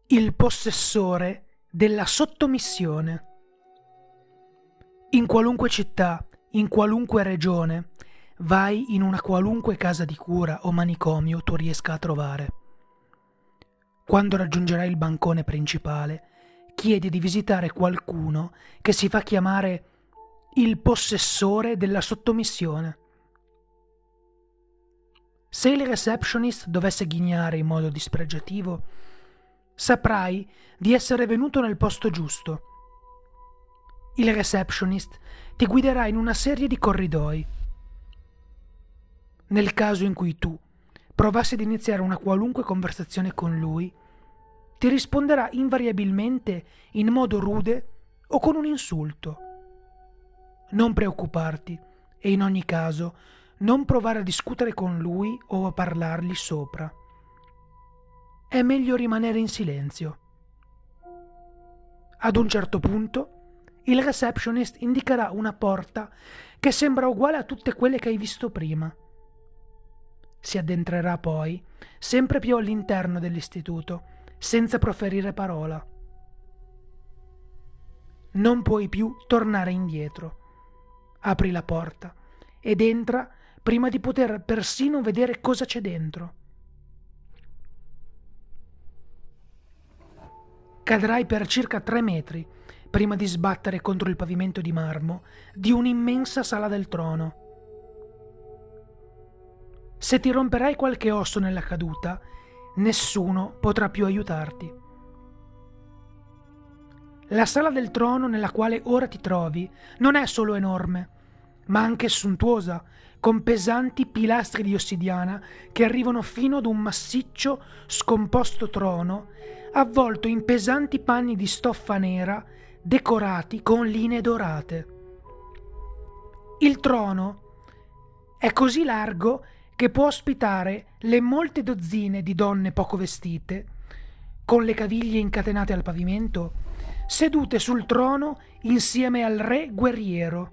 Il possessore della sottomissione. In qualunque città, in qualunque regione, vai in una qualunque casa di cura o manicomio tu riesca a trovare. Quando raggiungerai il bancone principale, chiedi di visitare qualcuno che si fa chiamare il possessore della sottomissione. Se il receptionist dovesse ghignare in modo dispregiativo, saprai di essere venuto nel posto giusto. Il receptionist ti guiderà in una serie di corridoi. Nel caso in cui tu provassi ad iniziare una qualunque conversazione con lui, ti risponderà invariabilmente in modo rude o con un insulto. Non preoccuparti e in ogni caso non provare a discutere con lui o a parlargli sopra. È meglio rimanere in silenzio. Ad un certo punto, il receptionist indicherà una porta che sembra uguale a tutte quelle che hai visto prima. Si addentrerà poi sempre più all'interno dell'istituto, senza proferire parola. Non puoi più tornare indietro. Apri la porta ed entra prima di poter persino vedere cosa c'è dentro. Cadrai per circa 3 metri prima di sbattere contro il pavimento di marmo di un'immensa sala del trono. Se ti romperai qualche osso nella caduta, nessuno potrà più aiutarti. La sala del trono nella quale ora ti trovi non è solo enorme, ma anche sontuosa, con pesanti pilastri di ossidiana che arrivano fino ad un massiccio, scomposto trono avvolto in pesanti panni di stoffa nera decorati con linee dorate. Il trono è così largo che può ospitare le molte dozzine di donne poco vestite, con le caviglie incatenate al pavimento, sedute sul trono insieme al re guerriero.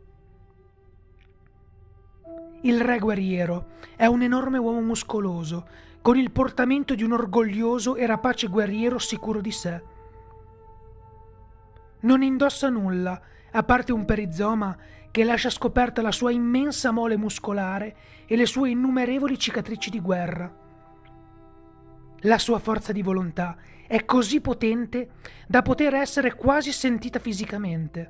Il re guerriero è un enorme uomo muscoloso, con il portamento di un orgoglioso e rapace guerriero sicuro di sé. Non indossa nulla, a parte un perizoma che lascia scoperta la sua immensa mole muscolare e le sue innumerevoli cicatrici di guerra. La sua forza di volontà è così potente da poter essere quasi sentita fisicamente.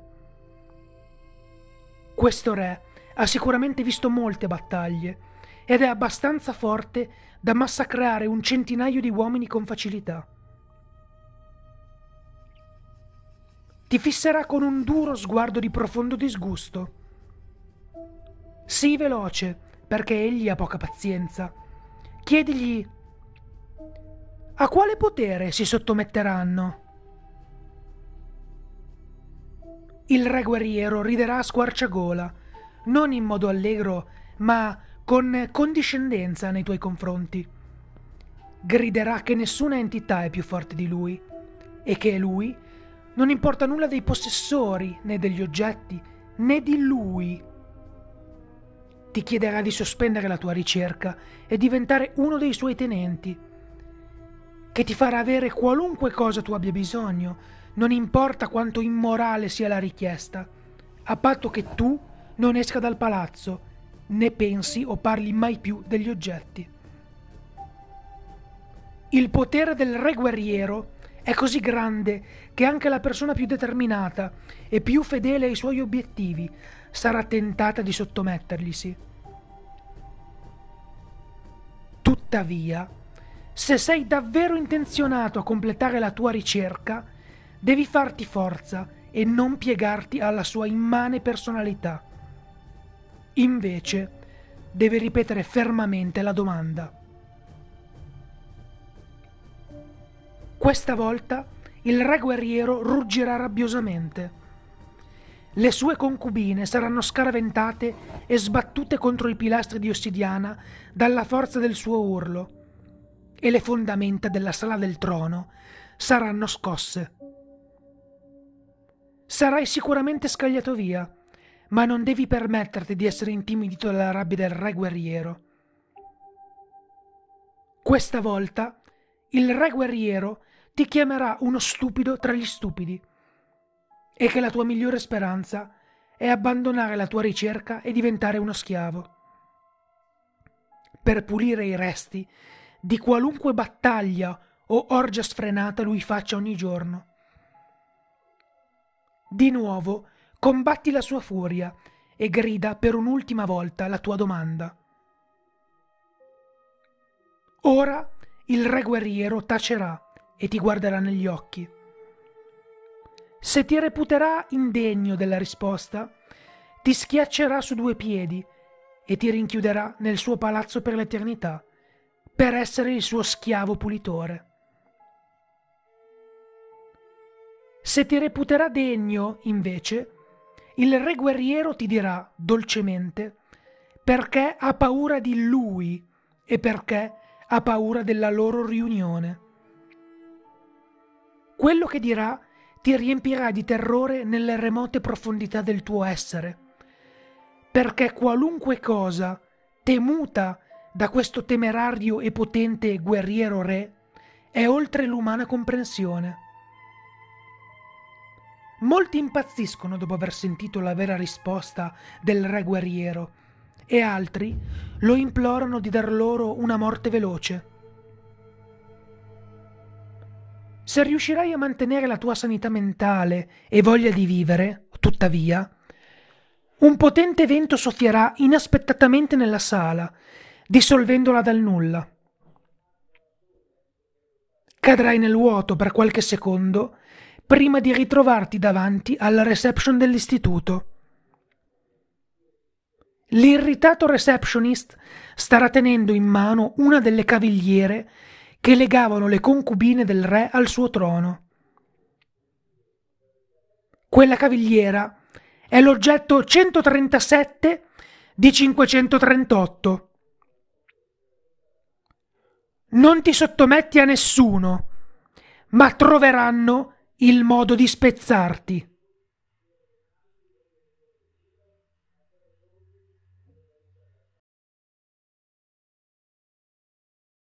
Questo re ha sicuramente visto molte battaglie ed è abbastanza forte da massacrare un centinaio di uomini con facilità. Ti fisserà con un duro sguardo di profondo disgusto. Sii veloce, perché egli ha poca pazienza. Chiedigli: a quale potere si sottometteranno? Il re guerriero riderà a squarciagola, non in modo allegro, ma con condiscendenza nei tuoi confronti. Griderà che nessuna entità è più forte di lui e che lui non importa nulla dei possessori, né degli oggetti, né di lui. Ti chiederà di sospendere la tua ricerca e diventare uno dei suoi tenenti, che ti farà avere qualunque cosa tu abbia bisogno, non importa quanto immorale sia la richiesta, a patto che tu non esca dal palazzo, né pensi o parli mai più degli oggetti. Il potere del re guerriero è così grande che anche la persona più determinata e più fedele ai suoi obiettivi sarà tentata di sottometterglisi. Tuttavia, se sei davvero intenzionato a completare la tua ricerca, devi farti forza e non piegarti alla sua immane personalità. Invece, devi ripetere fermamente la domanda. Questa volta il re guerriero ruggirà rabbiosamente. Le sue concubine saranno scaraventate e sbattute contro i pilastri di ossidiana dalla forza del suo urlo, e le fondamenta della sala del trono saranno scosse. Sarai sicuramente scagliato via, ma non devi permetterti di essere intimidito dalla rabbia del re guerriero. Questa volta il re guerriero ti chiamerà uno stupido tra gli stupidi e che la tua migliore speranza è abbandonare la tua ricerca e diventare uno schiavo. Per pulire i resti di qualunque battaglia o orgia sfrenata lui faccia ogni giorno. Di nuovo combatti la sua furia e grida per un'ultima volta la tua domanda. Ora il re guerriero tacerà e ti guarderà negli occhi. Se ti reputerà indegno della risposta, ti schiaccerà su 2 piedi e ti rinchiuderà nel suo palazzo per l'eternità, per essere il suo schiavo pulitore. Se ti reputerà degno, invece, il re guerriero ti dirà dolcemente perché ha paura di lui e perché ha paura della loro riunione. Quello che dirà ti riempirà di terrore nelle remote profondità del tuo essere, perché qualunque cosa temuta da questo temerario e potente guerriero re è oltre l'umana comprensione. Molti impazziscono dopo aver sentito la vera risposta del re guerriero e altri lo implorano di dar loro una morte veloce. Se riuscirai a mantenere la tua sanità mentale e voglia di vivere, tuttavia, un potente vento soffierà inaspettatamente nella sala, dissolvendola dal nulla. Cadrai nel vuoto per qualche secondo prima di ritrovarti davanti alla reception dell'istituto. L'irritato receptionist starà tenendo in mano una delle cavigliere che legavano le concubine del re al suo trono. Quella cavigliera è l'oggetto 137 di 538. Non ti sottometti a nessuno, ma troveranno il modo di spezzarti.